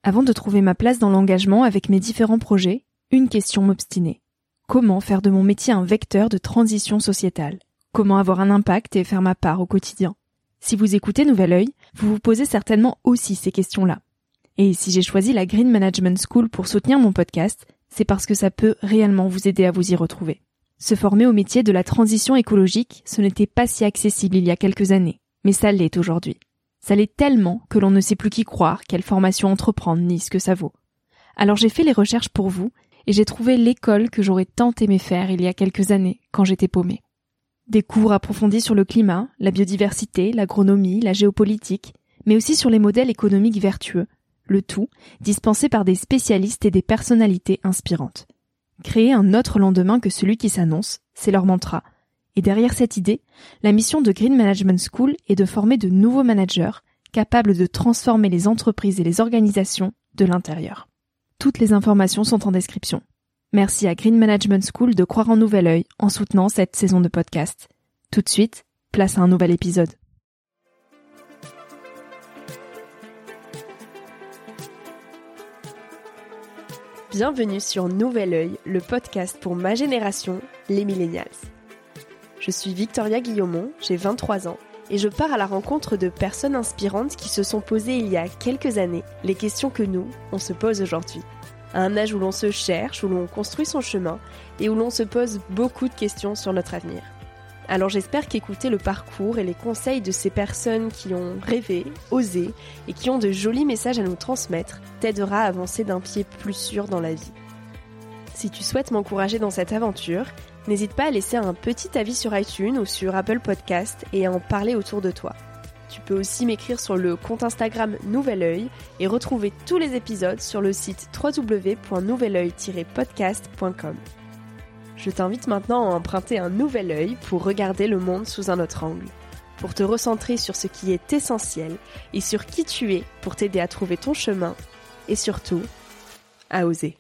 Avant de trouver ma place dans l'engagement avec mes différents projets, une question m'obstinait. Comment faire de mon métier un vecteur de transition sociétale ? Comment avoir un impact et faire ma part au quotidien ? Si vous écoutez Nouvel Œil, vous vous posez certainement aussi ces questions-là. Et si j'ai choisi la Green Management School pour soutenir mon podcast, c'est parce que ça peut réellement vous aider à vous y retrouver. Se former au métier de la transition écologique, ce n'était pas si accessible il y a quelques années, mais ça l'est aujourd'hui. Ça l'est tellement que l'on ne sait plus qui croire, quelle formation entreprendre, ni ce que ça vaut. Alors j'ai fait les recherches pour vous, et j'ai trouvé l'école que j'aurais tant aimé faire il y a quelques années, quand j'étais paumée. Des cours approfondis sur le climat, la biodiversité, l'agronomie, la géopolitique, mais aussi sur les modèles économiques vertueux, le tout dispensé par des spécialistes et des personnalités inspirantes. Créer un autre lendemain que celui qui s'annonce, c'est leur mantra. Et derrière cette idée, la mission de Green Management School est de former de nouveaux managers capables de transformer les entreprises et les organisations de l'intérieur. Toutes les informations sont en description. Merci à Green Management School de croire en Nouvel Œil en soutenant cette saison de podcast. Tout de suite, place à un nouvel épisode. Bienvenue sur Nouvel Œil, le podcast pour ma génération, les millennials. Je suis Victoria Guillaumont, j'ai 23 ans et je pars à la rencontre de personnes inspirantes qui se sont posées il y a quelques années les questions que nous, on se pose aujourd'hui. À un âge où l'on se cherche, où l'on construit son chemin et où l'on se pose beaucoup de questions sur notre avenir. Alors j'espère qu'écouter le parcours et les conseils de ces personnes qui ont rêvé, osé et qui ont de jolis messages à nous transmettre t'aidera à avancer d'un pied plus sûr dans la vie. Si tu souhaites m'encourager dans cette aventure, n'hésite pas à laisser un petit avis sur iTunes ou sur Apple Podcast et à en parler autour de toi. Tu peux aussi m'écrire sur le compte Instagram Nouvel Œil et retrouver tous les épisodes sur le site www.nouveloeil-podcast.com. Je t'invite maintenant à emprunter un nouvel œil pour regarder le monde sous un autre angle, pour te recentrer sur ce qui est essentiel et sur qui tu es pour t'aider à trouver ton chemin et surtout, à oser.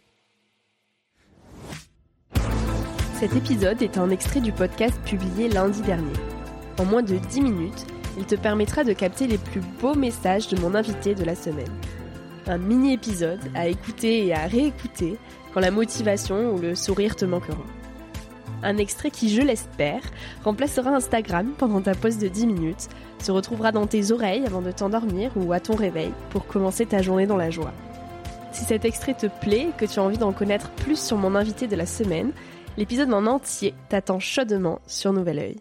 Cet épisode est un extrait du podcast publié lundi dernier. En moins de 10 minutes, il te permettra de capter les plus beaux messages de mon invité de la semaine. Un mini-épisode à écouter et à réécouter quand la motivation ou le sourire te manqueront. Un extrait qui, je l'espère, remplacera Instagram pendant ta pause de 10 minutes, se retrouvera dans tes oreilles avant de t'endormir ou à ton réveil pour commencer ta journée dans la joie. Si cet extrait te plaît et que tu as envie d'en connaître plus sur mon invité de la semaine, l'épisode en entier t'attend chaudement sur Nouvel Œil.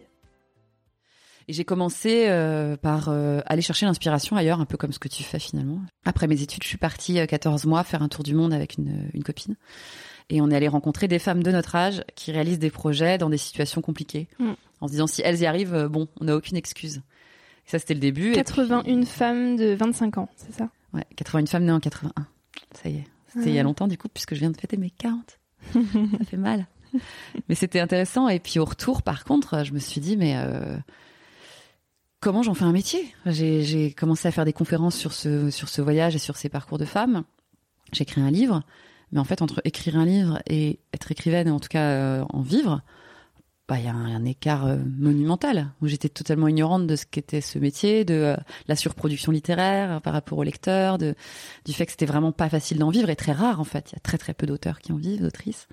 Et j'ai commencé par aller chercher l'inspiration ailleurs, un peu comme ce que tu fais finalement. Après mes études, je suis partie 14 mois faire un tour du monde avec une copine. Et on est allé rencontrer des femmes de notre âge qui réalisent des projets dans des situations compliquées. En se disant, si elles y arrivent, bon, on n'a aucune excuse. Et ça, c'était le début. 81 femmes de 25 ans, c'est ça ? Ouais, 81 femmes nées en 81. Ça y est. C'était il y a longtemps, du coup, puisque je viens de fêter mes 40. Ça fait mal. Mais c'était intéressant. Et puis au retour, par contre, je me suis dit, mais comment j'en fais un métier ? J'ai commencé à faire des conférences sur ce voyage et sur ces parcours de femmes. J'ai écrit un livre. Mais en fait, entre écrire un livre et être écrivaine, et en tout cas en vivre, bah, y a un écart monumental, où j'étais totalement ignorante de ce qu'était ce métier, de la surproduction littéraire par rapport aux lecteurs, du fait que c'était vraiment pas facile d'en vivre, et très rare en fait. Il y a très très peu d'auteurs qui en vivent, d'autrices.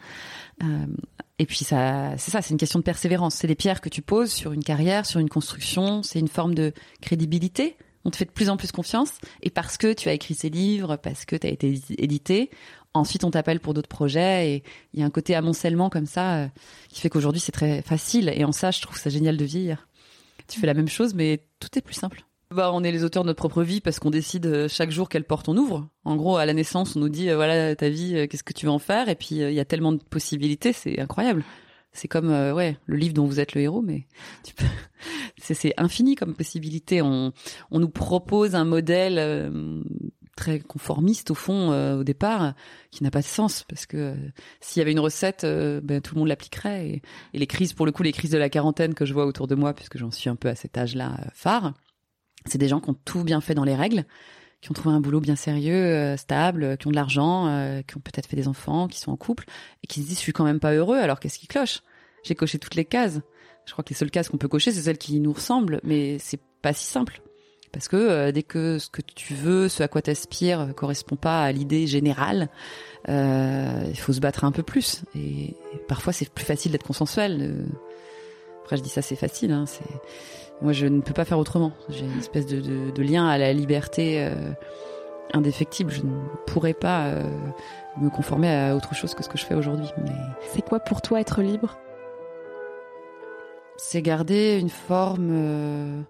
Et puis c'est une question de persévérance. C'est des pierres que tu poses sur une carrière, sur une construction, c'est une forme de crédibilité. On te fait de plus en plus confiance, et parce que tu as écrit ces livres, parce que tu as été édité, ensuite on t'appelle pour d'autres projets, et il y a un côté amoncellement comme ça qui fait qu'aujourd'hui c'est très facile, et en ça je trouve ça génial de vieillir. Tu fais la même chose, mais tout est plus simple. On est les auteurs de notre propre vie parce qu'on décide chaque jour quelle porte on ouvre. En gros, à la naissance, on nous dit voilà ta vie, qu'est-ce que tu veux en faire, et puis il y a tellement de possibilités, c'est incroyable. C'est comme le livre dont vous êtes le héros, mais c'est infini comme possibilité. On nous propose un modèle très conformiste au fond au départ, qui n'a pas de sens, parce que s'il y avait une recette, tout le monde l'appliquerait. Et les crises, pour le coup, les crises de la quarantaine que je vois autour de moi, puisque j'en suis un peu à cet âge-là phare, c'est des gens qui ont tout bien fait dans les règles, qui ont trouvé un boulot bien sérieux, stable, qui ont de l'argent, qui ont peut-être fait des enfants, qui sont en couple, et qui se disent « je suis quand même pas heureux, alors qu'est-ce qui cloche ? J'ai coché toutes les cases. » Je crois que les seules cases qu'on peut cocher, c'est celles qui nous ressemblent, mais c'est pas si simple. Parce que dès que ce que tu veux, ce à quoi t'aspires, correspond pas à l'idée générale, il faut se battre un peu plus. Et parfois, c'est plus facile d'être consensuel. Après, je dis ça, c'est facile. Hein, moi, je ne peux pas faire autrement. J'ai une espèce de lien à la liberté indéfectible. Je ne pourrais pas me conformer à autre chose que ce que je fais aujourd'hui. Mais c'est quoi pour toi être libre ? C'est garder une forme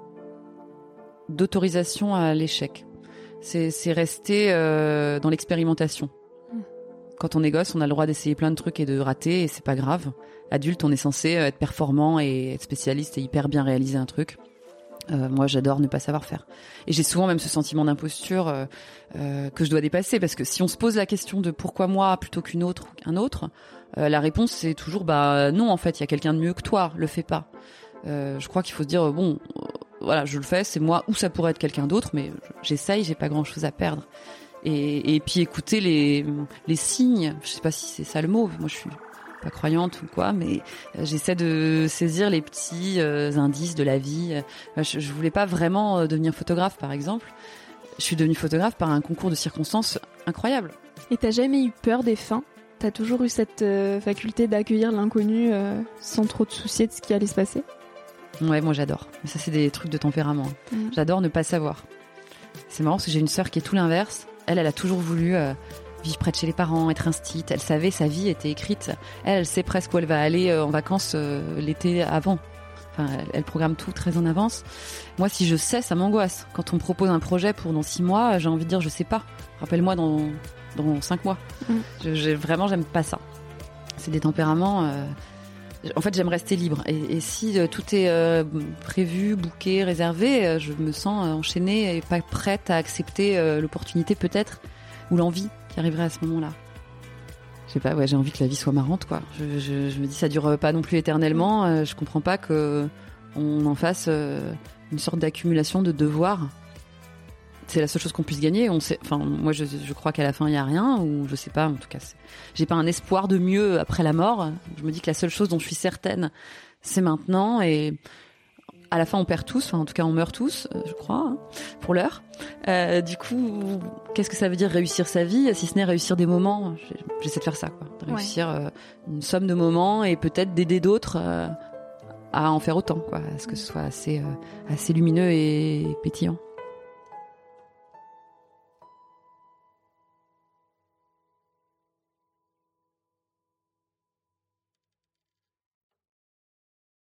d'autorisation à l'échec. C'est rester dans l'expérimentation. Quand on est gosse, on a le droit d'essayer plein de trucs et de rater, et c'est pas grave. Adulte, on est censé être performant et être spécialiste et hyper bien réaliser un truc. Moi, j'adore ne pas savoir faire. Et j'ai souvent même ce sentiment d'imposture que je dois dépasser, parce que si on se pose la question de pourquoi moi plutôt qu'une autre ou qu'un autre, la réponse c'est toujours non, en fait, il y a quelqu'un de mieux que toi, le fais pas. Je crois qu'il faut se dire voilà, je le fais, c'est moi, ou ça pourrait être quelqu'un d'autre, mais j'essaye, j'ai pas grand-chose à perdre. Et puis écouter les signes, je sais pas si c'est ça le mot, moi je suis pas croyante ou quoi, mais j'essaie de saisir les petits indices de la vie. Je voulais pas vraiment devenir photographe, par exemple. Je suis devenue photographe par un concours de circonstances incroyable. Et t'as jamais eu peur des fins ? T'as toujours eu cette faculté d'accueillir l'inconnu sans trop te soucier de ce qui allait se passer ? Ouais, moi j'adore. Ça, c'est des trucs de tempérament. J'adore ne pas savoir. C'est marrant parce que j'ai une sœur qui est tout l'inverse. Elle a toujours voulu vivre près de chez les parents, être instite. Elle savait, sa vie était écrite. Elle sait presque où elle va aller en vacances l'été avant. Enfin, elle programme tout très en avance. Moi, si je sais, ça m'angoisse. Quand on me propose un projet pour dans 6 mois, j'ai envie de dire je sais pas. Rappelle-moi dans 5 mois. Vraiment, j'aime pas ça. C'est des tempéraments... En fait, j'aime rester libre. Et si tout est prévu, booké, réservé, je me sens enchaînée et pas prête à accepter l'opportunité peut-être, ou l'envie qui arriverait à ce moment-là. Je sais pas, ouais, j'ai envie que la vie soit marrante, quoi. Je me dis, ça dure pas non plus éternellement. Je comprends pas que on en fasse une sorte d'accumulation de devoirs. C'est la seule chose qu'on puisse gagner. Moi, je crois qu'à la fin, il y a rien, ou je sais pas. En tout cas, j'ai pas un espoir de mieux après la mort. Je me dis que la seule chose dont je suis certaine, c'est maintenant. Et à la fin, on perd tous. Enfin, en tout cas, on meurt tous, je crois, hein, pour l'heure. Du coup, qu'est-ce que ça veut dire réussir sa vie, si ce n'est réussir des moments ? J'essaie de faire ça, quoi. De réussir une somme de moments et peut-être d'aider d'autres à en faire autant, quoi. À ce que ce soit assez lumineux et pétillant.